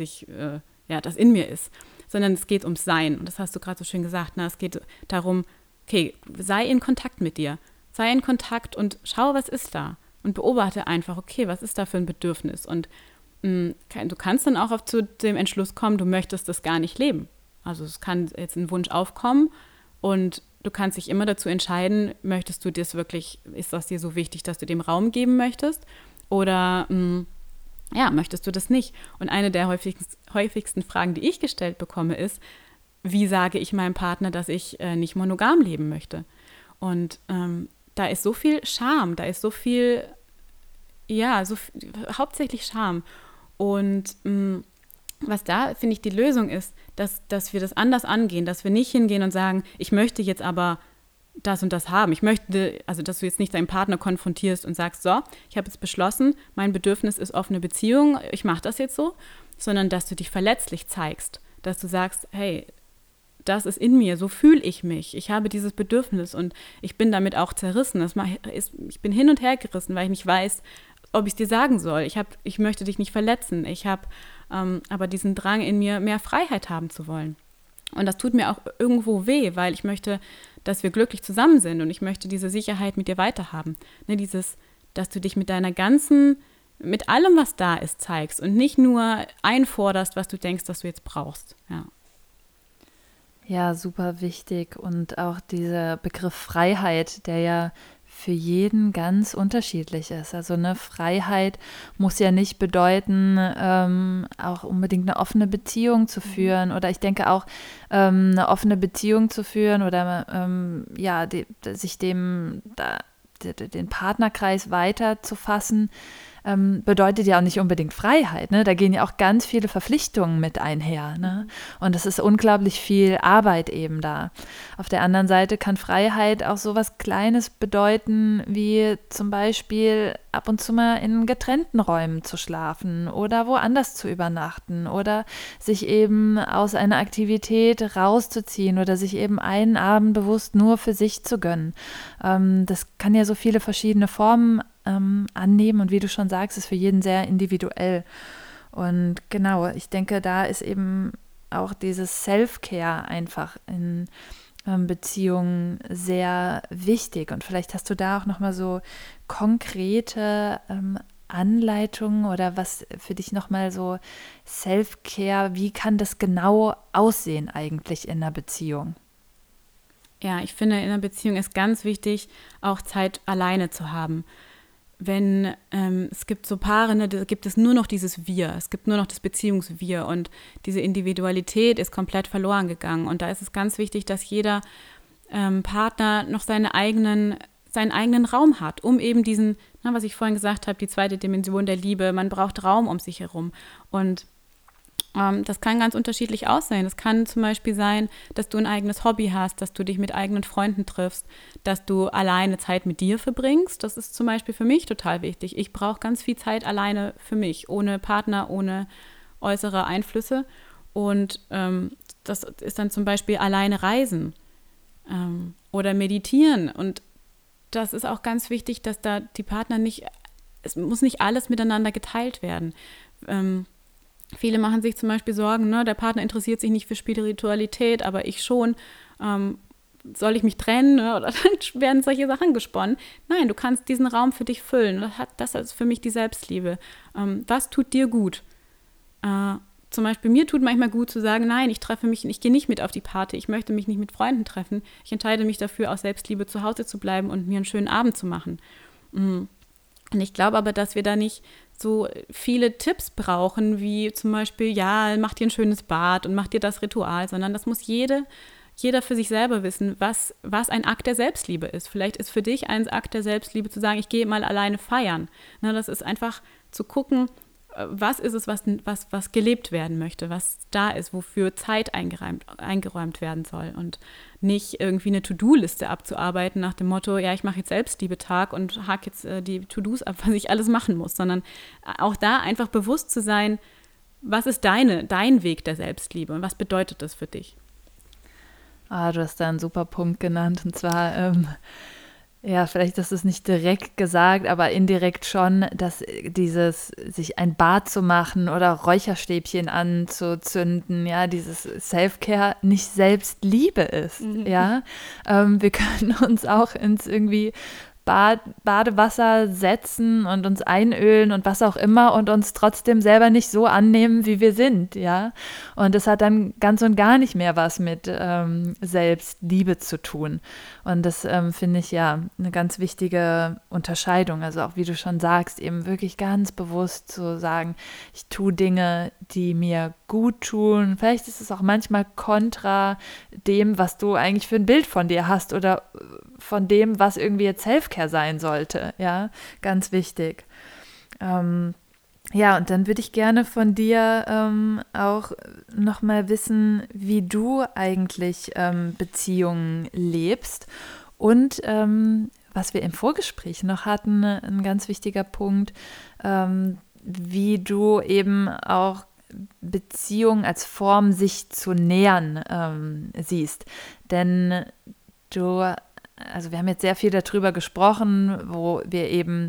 das in mir ist. Sondern es geht ums Sein. Und das hast du gerade so schön gesagt. Es geht darum, okay, sei in Kontakt mit dir. Sei in Kontakt und schau, was ist da. Und beobachte einfach, okay, was ist da für ein Bedürfnis. Und du kannst dann auch zu dem Entschluss kommen, du möchtest das gar nicht leben. Also es kann jetzt ein Wunsch aufkommen und du kannst dich immer dazu entscheiden, möchtest du das wirklich, ist das dir so wichtig, dass du dem Raum geben möchtest? Oder möchtest du das nicht? Und eine der häufigsten Fragen, die ich gestellt bekomme, ist, wie sage ich meinem Partner, dass ich nicht monogam leben möchte? Und da ist so viel Scham, da ist so viel, hauptsächlich Scham. Und was da, finde ich, die Lösung ist, dass wir das anders angehen, dass wir nicht hingehen und sagen, ich möchte jetzt aber das und das haben. Ich möchte, also dass du jetzt nicht deinen Partner konfrontierst und sagst, so, ich habe jetzt beschlossen, mein Bedürfnis ist offene Beziehung, ich mache das jetzt so, sondern dass du dich verletzlich zeigst, dass du sagst, hey, das ist in mir, so fühle ich mich. Ich habe dieses Bedürfnis und ich bin damit auch zerrissen. Ich bin hin und her gerissen, weil ich nicht weiß, ob ich es dir sagen soll. Ich möchte dich nicht verletzen. Ich habe aber diesen Drang in mir, mehr Freiheit haben zu wollen. Und das tut mir auch irgendwo weh, weil ich möchte, dass wir glücklich zusammen sind und ich möchte diese Sicherheit mit dir weiterhaben. Dass du dich mit mit allem, was da ist, zeigst und nicht nur einforderst, was du denkst, dass du jetzt brauchst. Ja. Ja, super wichtig. Und auch dieser Begriff Freiheit, der ja für jeden ganz unterschiedlich ist. Also eine Freiheit muss ja nicht bedeuten, auch unbedingt eine offene Beziehung zu führen. Oder ich denke auch, eine offene Beziehung zu führen oder sich den Partnerkreis weiter zu fassen, bedeutet ja auch nicht unbedingt Freiheit. Ne? Da gehen ja auch ganz viele Verpflichtungen mit einher. Ne? Und es ist unglaublich viel Arbeit eben da. Auf der anderen Seite kann Freiheit auch so was Kleines bedeuten, wie zum Beispiel ab und zu mal in getrennten Räumen zu schlafen oder woanders zu übernachten oder sich eben aus einer Aktivität rauszuziehen oder sich eben einen Abend bewusst nur für sich zu gönnen. Das kann ja so viele verschiedene Formen annehmen und wie du schon sagst, ist für jeden sehr individuell. Und genau, ich denke, da ist eben auch dieses Self-Care einfach in Beziehungen sehr wichtig. Und vielleicht hast du da auch nochmal so konkrete Anleitungen oder was für dich nochmal so Self-Care, wie kann das genau aussehen eigentlich in einer Beziehung? Ja, ich finde, in einer Beziehung ist ganz wichtig, auch Zeit alleine zu haben. Wenn es gibt so Paare, da gibt es nur noch dieses Wir, es gibt nur noch das Beziehungs-Wir und diese Individualität ist komplett verloren gegangen. Und da ist es ganz wichtig, dass jeder Partner noch seinen eigenen Raum hat, um eben diesen, was ich vorhin gesagt habe, die zweite Dimension der Liebe, man braucht Raum um sich herum. Und das kann ganz unterschiedlich aussehen. Es kann zum Beispiel sein, dass du ein eigenes Hobby hast, dass du dich mit eigenen Freunden triffst, dass du alleine Zeit mit dir verbringst. Das ist zum Beispiel für mich total wichtig. Ich brauche ganz viel Zeit alleine für mich, ohne Partner, ohne äußere Einflüsse. Und das ist dann zum Beispiel alleine reisen oder meditieren. Und das ist auch ganz wichtig, dass da die Partner es muss nicht alles miteinander geteilt werden. Viele machen sich zum Beispiel Sorgen, der Partner interessiert sich nicht für Spiritualität, aber ich schon. Soll ich mich trennen? Oder dann werden solche Sachen gesponnen. Nein, du kannst diesen Raum für dich füllen. Das ist für mich die Selbstliebe. Was tut dir gut? Zum Beispiel mir tut manchmal gut zu sagen, nein, ich gehe nicht mit auf die Party, ich möchte mich nicht mit Freunden treffen. Ich entscheide mich dafür, aus Selbstliebe zu Hause zu bleiben und mir einen schönen Abend zu machen. Und ich glaube aber, dass wir da nicht so viele Tipps brauchen, wie zum Beispiel, ja, mach dir ein schönes Bad und mach dir das Ritual, sondern das muss jede jeder für sich selber wissen, was ein Akt der Selbstliebe ist. Vielleicht ist für dich ein Akt der Selbstliebe zu sagen, ich gehe mal alleine feiern. Ne, das ist einfach zu gucken, was ist es, was gelebt werden möchte, was da ist, wofür Zeit eingeräumt werden soll und nicht irgendwie eine To-Do-Liste abzuarbeiten nach dem Motto, ja, ich mache jetzt Selbstliebe-Tag und hake jetzt die To-Dos ab, was ich alles machen muss, sondern auch da einfach bewusst zu sein, was ist dein Weg der Selbstliebe und was bedeutet das für dich? Du hast da einen super Punkt genannt, und zwar ja, vielleicht ist es nicht direkt gesagt, aber indirekt schon, dass dieses sich ein Bad zu machen oder Räucherstäbchen anzuzünden, ja, dieses Self-Care nicht Selbstliebe ist, ja. Wir können uns auch ins irgendwie Badewasser setzen und uns einölen und was auch immer und uns trotzdem selber nicht so annehmen, wie wir sind, ja. Und das hat dann ganz und gar nicht mehr was mit Selbstliebe zu tun. Und das finde ich ja eine ganz wichtige Unterscheidung. Also auch wie du schon sagst, eben wirklich ganz bewusst zu sagen, ich tue Dinge, die mir gut tun. Vielleicht ist es auch manchmal kontra dem, was du eigentlich für ein Bild von dir hast oder von dem, was irgendwie jetzt Selfcare sein sollte. Ja, ganz wichtig. Ja, und dann würde ich gerne von dir auch nochmal wissen, wie du eigentlich Beziehungen lebst und was wir im Vorgespräch noch hatten, ein ganz wichtiger Punkt, wie du eben auch Beziehungen als Form, sich zu nähern, siehst. Denn also wir haben jetzt sehr viel darüber gesprochen, wo wir eben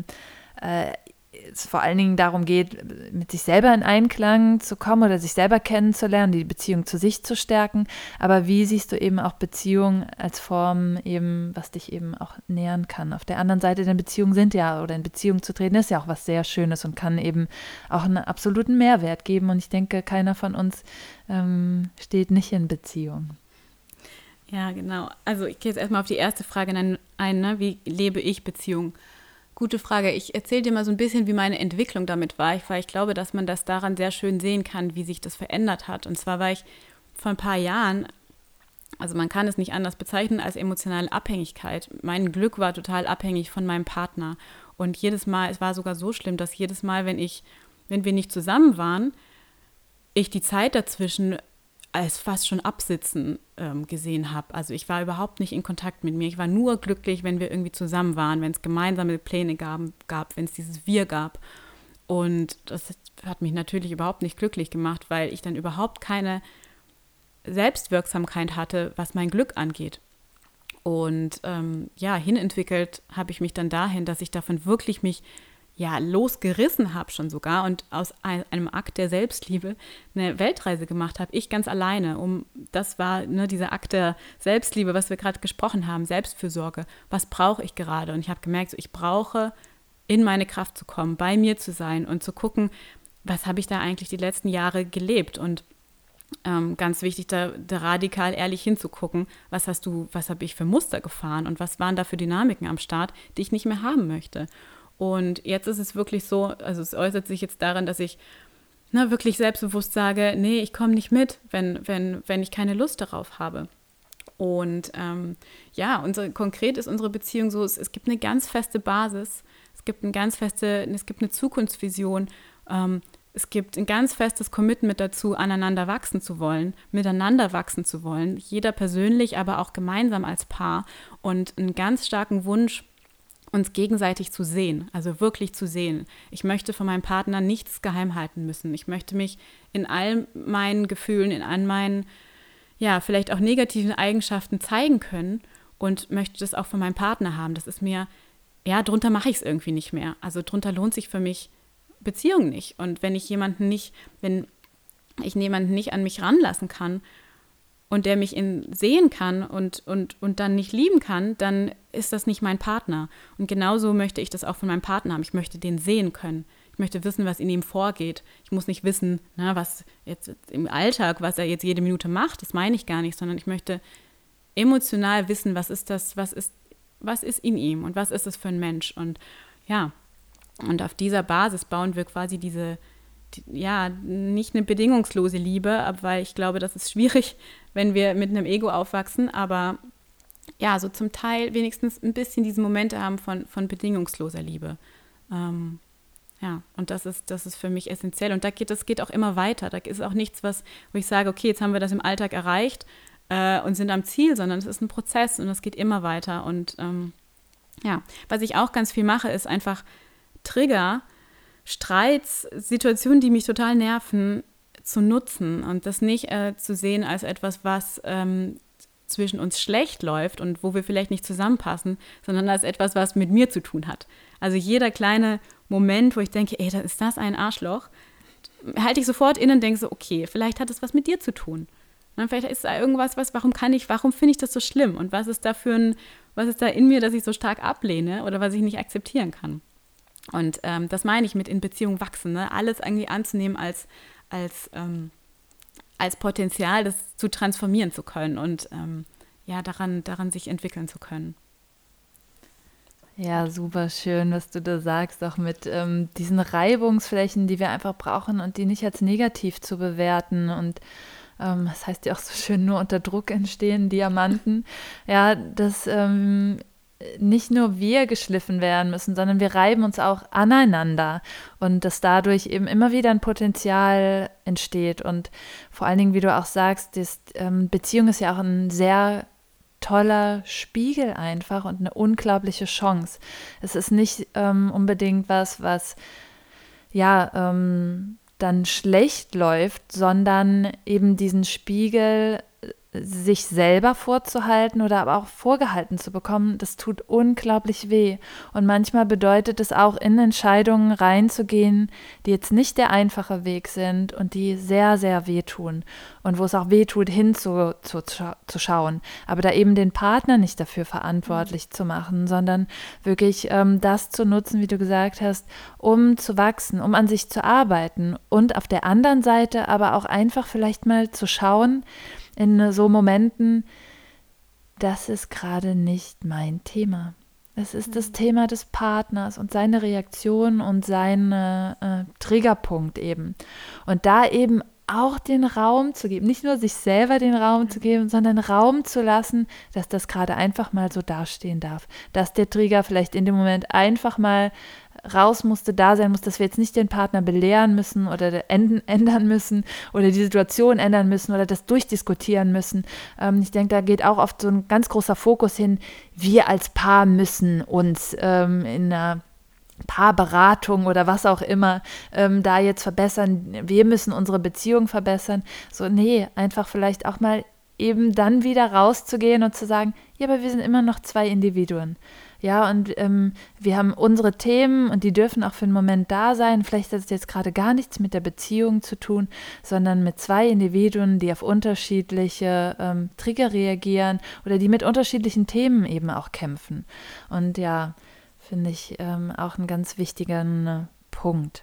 es vor allen Dingen darum geht, mit sich selber in Einklang zu kommen oder sich selber kennenzulernen, die Beziehung zu sich zu stärken. Aber wie siehst du eben auch Beziehung als Form eben, was dich eben auch nähern kann? Auf der anderen Seite, denn Beziehungen sind ja, oder in Beziehung zu treten, ist ja auch was sehr Schönes und kann eben auch einen absoluten Mehrwert geben. Und ich denke, keiner von uns steht nicht in Beziehung. Ja, genau. Also ich gehe jetzt erstmal auf die erste Frage ein, ne? Wie lebe ich Beziehung? Gute Frage. Ich erzähle dir mal so ein bisschen, wie meine Entwicklung damit war. Weil ich glaube, dass man das daran sehr schön sehen kann, wie sich das verändert hat. Und zwar war ich vor ein paar Jahren, also man kann es nicht anders bezeichnen als emotionale Abhängigkeit. Mein Glück war total abhängig von meinem Partner. Und jedes Mal, es war sogar so schlimm, dass jedes Mal, wenn wir nicht zusammen waren, ich die Zeit dazwischen als fast schon Absitzen gesehen habe. Also ich war überhaupt nicht in Kontakt mit mir. Ich war nur glücklich, wenn wir irgendwie zusammen waren, wenn es gemeinsame Pläne gab, wenn es dieses Wir gab. Und das hat mich natürlich überhaupt nicht glücklich gemacht, weil ich dann überhaupt keine Selbstwirksamkeit hatte, was mein Glück angeht. Und hinentwickelt habe ich mich dann dahin, dass ich davon wirklich mich losgerissen habe schon sogar und aus einem Akt der Selbstliebe eine Weltreise gemacht habe, ich ganz alleine. Das war dieser Akt der Selbstliebe, was wir gerade gesprochen haben, Selbstfürsorge. Was brauche ich gerade? Und ich habe gemerkt, ich brauche, in meine Kraft zu kommen, bei mir zu sein und zu gucken, was habe ich da eigentlich die letzten Jahre gelebt? Und ganz wichtig, da radikal ehrlich hinzugucken, was habe ich für Muster gefahren und was waren da für Dynamiken am Start, die ich nicht mehr haben möchte. Und jetzt ist es wirklich so, also es äußert sich jetzt darin, dass ich wirklich selbstbewusst sage, nee, ich komme nicht mit, wenn ich keine Lust darauf habe. Und konkret ist unsere Beziehung so, es gibt eine ganz feste Basis, es gibt eine Zukunftsvision, es gibt ein ganz festes Commitment dazu, aneinander wachsen zu wollen, miteinander wachsen zu wollen, jeder persönlich, aber auch gemeinsam als Paar und einen ganz starken Wunsch, uns gegenseitig zu sehen, also wirklich zu sehen. Ich möchte von meinem Partner nichts geheim halten müssen. Ich möchte mich in all meinen Gefühlen, in all meinen, vielleicht auch negativen Eigenschaften zeigen können und möchte das auch von meinem Partner haben. Das ist mir, drunter mache ich es irgendwie nicht mehr. Also drunter lohnt sich für mich Beziehung nicht. Und wenn ich jemanden nicht an mich ranlassen kann, und der mich sehen kann und dann nicht lieben kann, dann ist das nicht mein Partner. Und genauso möchte ich das auch von meinem Partner haben. Ich möchte den sehen können. Ich möchte wissen, was in ihm vorgeht. Ich muss nicht wissen, was jetzt im Alltag, was er jetzt jede Minute macht, das meine ich gar nicht, sondern ich möchte emotional wissen, was ist in ihm und was ist es für ein Mensch. Und und auf dieser Basis bauen wir quasi diese nicht eine bedingungslose Liebe, weil ich glaube, das ist schwierig, wenn wir mit einem Ego aufwachsen, aber ja, so zum Teil wenigstens ein bisschen diese Momente haben von bedingungsloser Liebe. Und das ist für mich essentiell. Und das geht auch immer weiter. Da ist auch nichts, wo ich sage, okay, jetzt haben wir das im Alltag erreicht und sind am Ziel, sondern es ist ein Prozess und es geht immer weiter. Und was ich auch ganz viel mache, ist einfach Trigger, Streits, Situationen, die mich total nerven, zu nutzen und das nicht zu sehen als etwas, was zwischen uns schlecht läuft und wo wir vielleicht nicht zusammenpassen, sondern als etwas, was mit mir zu tun hat. Also jeder kleine Moment, wo ich denke, ey, ist das ein Arschloch, halte ich sofort inne und denke so, okay, vielleicht hat es was mit dir zu tun. Und vielleicht ist da irgendwas, warum finde ich das so schlimm? Und was ist da in mir, dass ich so stark ablehne oder was ich nicht akzeptieren kann? Und das meine ich mit in Beziehung wachsen, ne? Alles irgendwie anzunehmen als Potenzial, das zu transformieren zu können und daran sich entwickeln zu können. Ja, super schön, was du da sagst, auch mit diesen Reibungsflächen, die wir einfach brauchen und die nicht als negativ zu bewerten. Und das heißt ja auch so schön, nur unter Druck entstehen Diamanten. Ja, dass nicht nur wir geschliffen werden müssen, sondern wir reiben uns auch aneinander und dass dadurch eben immer wieder ein Potenzial entsteht. Und vor allen Dingen, wie du auch sagst, Beziehung ist ja auch ein sehr toller Spiegel einfach und eine unglaubliche Chance. Es ist nicht unbedingt was dann schlecht läuft, sondern eben diesen Spiegel sich selber vorzuhalten oder aber auch vorgehalten zu bekommen, das tut unglaublich weh. Und manchmal bedeutet es auch, in Entscheidungen reinzugehen, die jetzt nicht der einfache Weg sind und die sehr, sehr wehtun. Und wo es auch wehtut, hinzuschauen. Aber da eben den Partner nicht dafür verantwortlich zu machen, sondern wirklich das zu nutzen, wie du gesagt hast, um zu wachsen, um an sich zu arbeiten. Und auf der anderen Seite aber auch einfach vielleicht mal zu schauen, in so Momenten, das ist gerade nicht mein Thema. Es ist das Thema des Partners und seine Reaktion und sein Triggerpunkt eben. Und da eben auch den Raum zu geben, nicht nur sich selber den Raum zu geben, sondern Raum zu lassen, dass das gerade einfach mal so dastehen darf. Dass der Trigger vielleicht in dem Moment einfach mal raus musste, da sein muss, dass wir jetzt nicht den Partner belehren müssen oder ändern müssen oder die Situation ändern müssen oder das durchdiskutieren müssen. Ich denke, da geht auch oft so ein ganz großer Fokus hin, wir als Paar müssen uns in einer Paarberatung oder was auch immer da jetzt verbessern, wir müssen unsere Beziehung verbessern. So, nee, einfach vielleicht auch mal eben dann wieder rauszugehen und zu sagen, ja, aber wir sind immer noch zwei Individuen. Ja, und wir haben unsere Themen und die dürfen auch für einen Moment da sein. Vielleicht hat es jetzt gerade gar nichts mit der Beziehung zu tun, sondern mit zwei Individuen, die auf unterschiedliche Trigger reagieren oder die mit unterschiedlichen Themen eben auch kämpfen. Und ja, finde ich auch einen ganz wichtigen Punkt.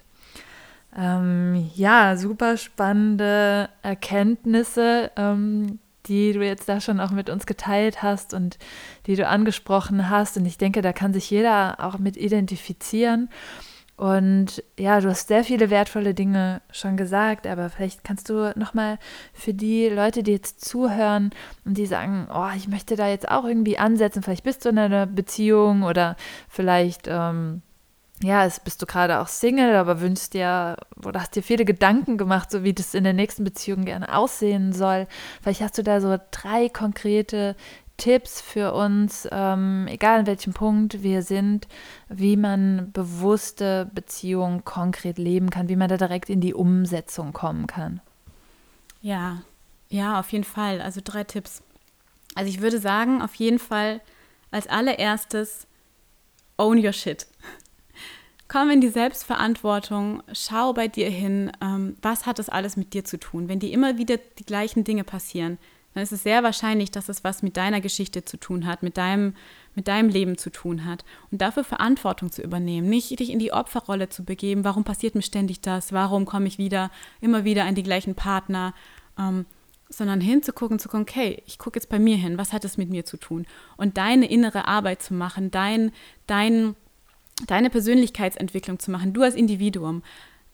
Super spannende Erkenntnisse, die du jetzt da schon auch mit uns geteilt hast und die du angesprochen hast. Und ich denke, da kann sich jeder auch mit identifizieren. Und ja, du hast sehr viele wertvolle Dinge schon gesagt, aber vielleicht kannst du nochmal für die Leute, die jetzt zuhören und die sagen, oh, ich möchte da jetzt auch irgendwie ansetzen, vielleicht bist du in einer Beziehung oder vielleicht bist du gerade auch Single, aber wünschst dir oder hast dir viele Gedanken gemacht, so wie das in der nächsten Beziehung gerne aussehen soll. Vielleicht hast du da so 3 konkrete Tipps für uns, egal an welchem Punkt wir sind, wie man bewusste Beziehungen konkret leben kann, wie man da direkt in die Umsetzung kommen kann. Ja, auf jeden Fall. Also 3 Tipps. Also ich würde sagen, auf jeden Fall als allererstes, own your shit. Komm in die Selbstverantwortung, schau bei dir hin, was hat das alles mit dir zu tun? Wenn dir immer wieder die gleichen Dinge passieren, dann ist es sehr wahrscheinlich, dass es was mit deiner Geschichte zu tun hat, mit deinem Leben zu tun hat. Und dafür Verantwortung zu übernehmen, nicht dich in die Opferrolle zu begeben, warum passiert mir ständig das, warum komme ich immer wieder an die gleichen Partner, sondern hinzugucken, okay, ich gucke jetzt bei mir hin, was hat es mit mir zu tun? Und deine innere Arbeit zu machen, deine Persönlichkeitsentwicklung zu machen, du als Individuum,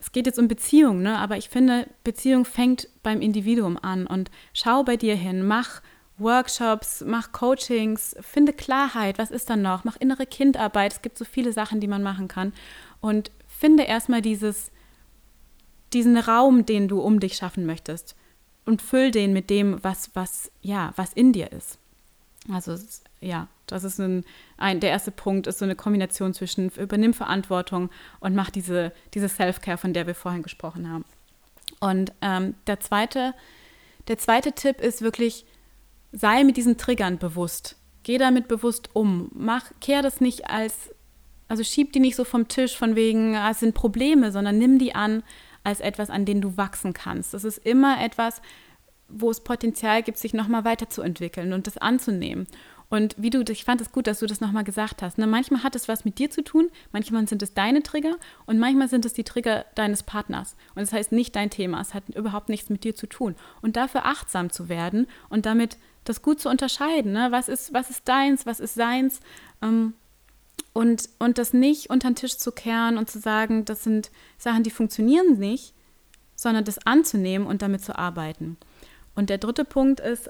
es geht jetzt um Beziehung, ne? Aber ich finde, Beziehung fängt beim Individuum an und schau bei dir hin, mach Workshops, mach Coachings, finde Klarheit, was ist dann noch, mach innere Kindarbeit, es gibt so viele Sachen, die man machen kann und finde erstmal diesen Raum, den du um dich schaffen möchtest und füll den mit dem, was in dir ist. Also ja, das ist der erste Punkt, ist so eine Kombination zwischen übernimm Verantwortung und mach diese Self-Care, von der wir vorhin gesprochen haben. Und der zweite Tipp ist wirklich, sei mit diesen Triggern bewusst. Geh damit bewusst um. Kehr das nicht also schieb die nicht so vom Tisch von wegen, es sind Probleme, sondern nimm die an als etwas, an dem du wachsen kannst. Das ist immer etwas, wo es Potenzial gibt, sich nochmal weiterzuentwickeln und das anzunehmen. Und ich fand es gut, dass du das nochmal gesagt hast. Ne? Manchmal hat es was mit dir zu tun, manchmal sind es deine Trigger und manchmal sind es die Trigger deines Partners. Und das heißt nicht dein Thema, es hat überhaupt nichts mit dir zu tun. Und dafür achtsam zu werden und damit das gut zu unterscheiden. Ne? Was ist deins, was ist seins? Und das nicht unter den Tisch zu kehren und zu sagen, das sind Sachen, die funktionieren nicht, sondern das anzunehmen und damit zu arbeiten. Und der dritte Punkt ist,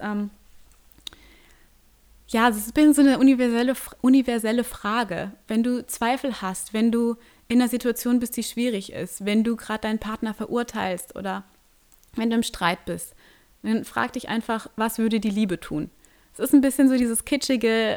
es ist so eine universelle Frage. Wenn du Zweifel hast, wenn du in einer Situation bist, die schwierig ist, wenn du gerade deinen Partner verurteilst oder wenn du im Streit bist, dann frag dich einfach, was würde die Liebe tun? Es ist ein bisschen so dieses kitschige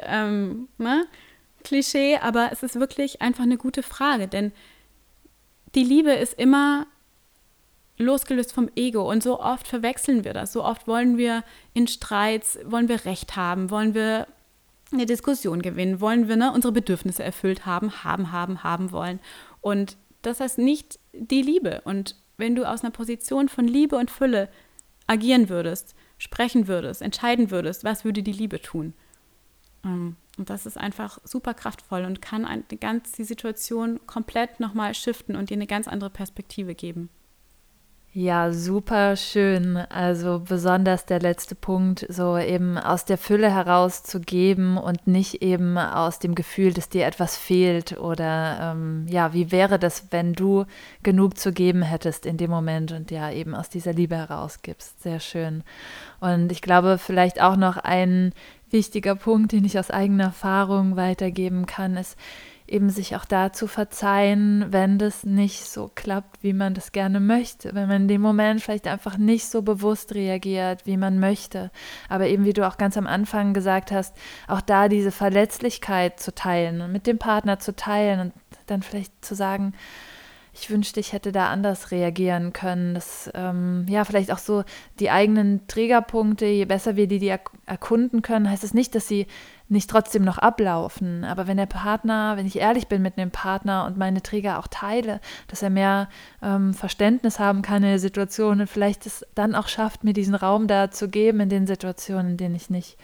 Klischee, aber es ist wirklich einfach eine gute Frage, denn die Liebe ist immer losgelöst vom Ego und so oft verwechseln wir das. So oft wollen wir in Streits, wollen wir Recht haben, wollen wir eine Diskussion gewinnen, wollen wir unsere Bedürfnisse erfüllt haben wollen. Und das heißt nicht die Liebe. Und wenn du aus einer Position von Liebe und Fülle agieren würdest, sprechen würdest, entscheiden würdest, was würde die Liebe tun? Und das ist einfach super kraftvoll und kann die Situation komplett nochmal shiften und dir eine ganz andere Perspektive geben. Ja, super schön. Also besonders der letzte Punkt, so eben aus der Fülle heraus zu geben und nicht eben aus dem Gefühl, dass dir etwas fehlt oder wie wäre das, wenn du genug zu geben hättest in dem Moment und ja eben aus dieser Liebe herausgibst. Sehr schön. Und ich glaube, vielleicht auch noch ein wichtiger Punkt, den ich aus eigener Erfahrung weitergeben kann, ist, eben sich auch da zu verzeihen, wenn das nicht so klappt, wie man das gerne möchte, wenn man in dem Moment vielleicht einfach nicht so bewusst reagiert, wie man möchte. Aber eben, wie du auch ganz am Anfang gesagt hast, auch da diese Verletzlichkeit zu teilen und mit dem Partner zu teilen und dann vielleicht zu sagen, ich wünschte, ich hätte da anders reagieren können. Das, vielleicht auch so die eigenen Triggerpunkte, je besser wir die erkunden können, heißt es nicht, dass sie nicht trotzdem noch ablaufen. Aber wenn ich ehrlich bin mit dem Partner und meine Trigger auch teile, dass er mehr Verständnis haben kann in der Situation und vielleicht es dann auch schafft, mir diesen Raum da zu geben in den Situationen, in denen ich nicht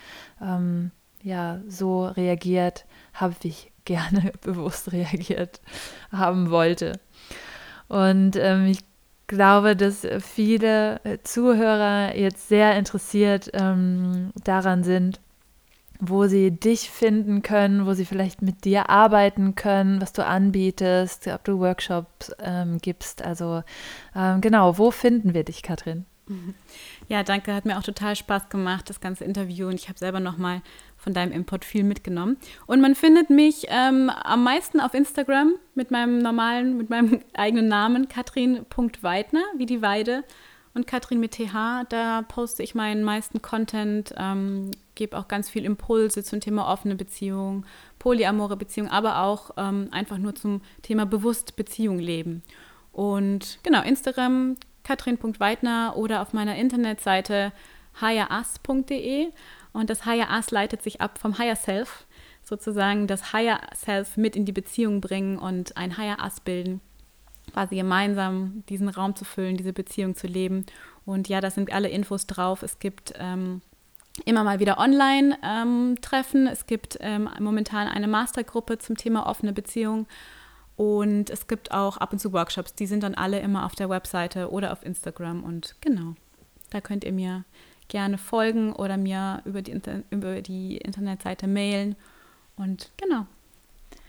so reagiert habe, wie ich gerne bewusst reagiert haben wollte. Und ich glaube, dass viele Zuhörer jetzt sehr interessiert daran sind, wo sie dich finden können, wo sie vielleicht mit dir arbeiten können, was du anbietest, ob du Workshops gibst. Also wo finden wir dich, Katrin? Ja, danke, hat mir auch total Spaß gemacht, das ganze Interview, und ich habe selber nochmal von deinem Input viel mitgenommen. Und man findet mich am meisten auf Instagram mit meinem eigenen Namen, Katrin.Weidner, wie die Weide, und Katrin mit TH. Da poste ich meinen meisten Content, gebe auch ganz viel Impulse zum Thema offene Beziehung, polyamore Beziehung, aber auch einfach nur zum Thema bewusst Beziehung leben. Und genau, Instagram Katrin.Weidner oder auf meiner Internetseite higherus.de, und das Higher Us leitet sich ab vom Higher Self, sozusagen das Higher Self mit in die Beziehung bringen und ein Higher Us bilden, quasi gemeinsam diesen Raum zu füllen, diese Beziehung zu leben. Und ja, da sind alle Infos drauf. Es gibt immer mal wieder Online-Treffen, es gibt momentan eine Mastergruppe zum Thema offene Beziehung. Und es gibt auch ab und zu Workshops, die sind dann alle immer auf der Webseite oder auf Instagram. Und genau, da könnt ihr mir gerne folgen oder mir über die Internetseite mailen. Und genau.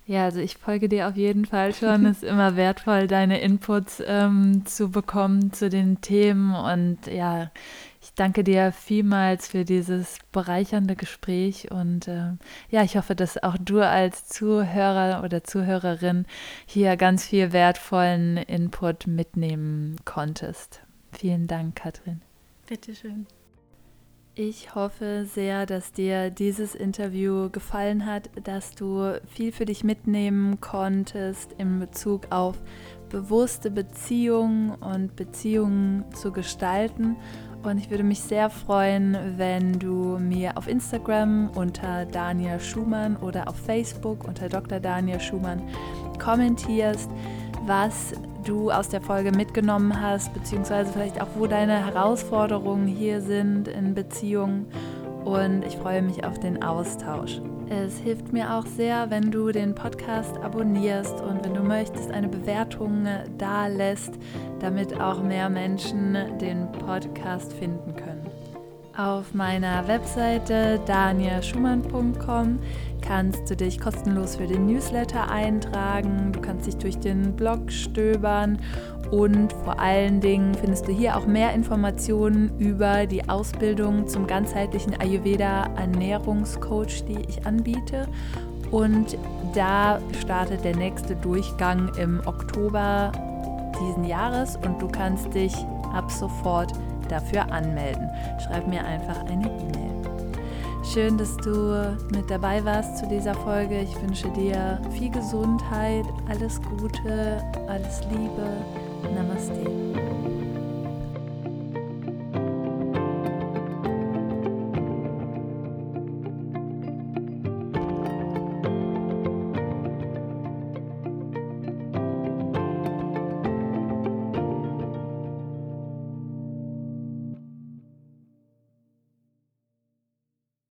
Ja, also ich folge dir auf jeden Fall schon. Es ist immer wertvoll, deine Inputs zu bekommen zu den Themen. Und ja, ich danke dir vielmals für dieses bereichernde Gespräch. Und ja, ich hoffe, dass auch du als Zuhörer oder Zuhörerin hier ganz viel wertvollen Input mitnehmen konntest. Vielen Dank, Katrin. Bitteschön. Ich hoffe sehr, dass dir dieses Interview gefallen hat, dass du viel für dich mitnehmen konntest in Bezug auf bewusste Beziehungen und Beziehungen zu gestalten. Und ich würde mich sehr freuen, wenn du mir auf Instagram unter Dania Schumann oder auf Facebook unter Dr. Dania Schumann kommentierst, was du aus der Folge mitgenommen hast, beziehungsweise vielleicht auch, wo deine Herausforderungen hier sind in Beziehungen. Und ich freue mich auf den Austausch. Es hilft mir auch sehr, wenn du den Podcast abonnierst und wenn du möchtest, eine Bewertung da lässt, damit auch mehr Menschen den Podcast finden können. Auf meiner Webseite daniaschumann.com kannst du dich kostenlos für den Newsletter eintragen, du kannst dich durch den Blog stöbern und vor allen Dingen findest du hier auch mehr Informationen über die Ausbildung zum ganzheitlichen Ayurveda-Ernährungscoach, die ich anbiete. Und da startet der nächste Durchgang im Oktober diesen Jahres und du kannst dich ab sofort dafür anmelden. Schreib mir einfach eine E-Mail. Schön, dass du mit dabei warst zu dieser Folge. Ich wünsche dir viel Gesundheit, alles Gute, alles Liebe. Namaste.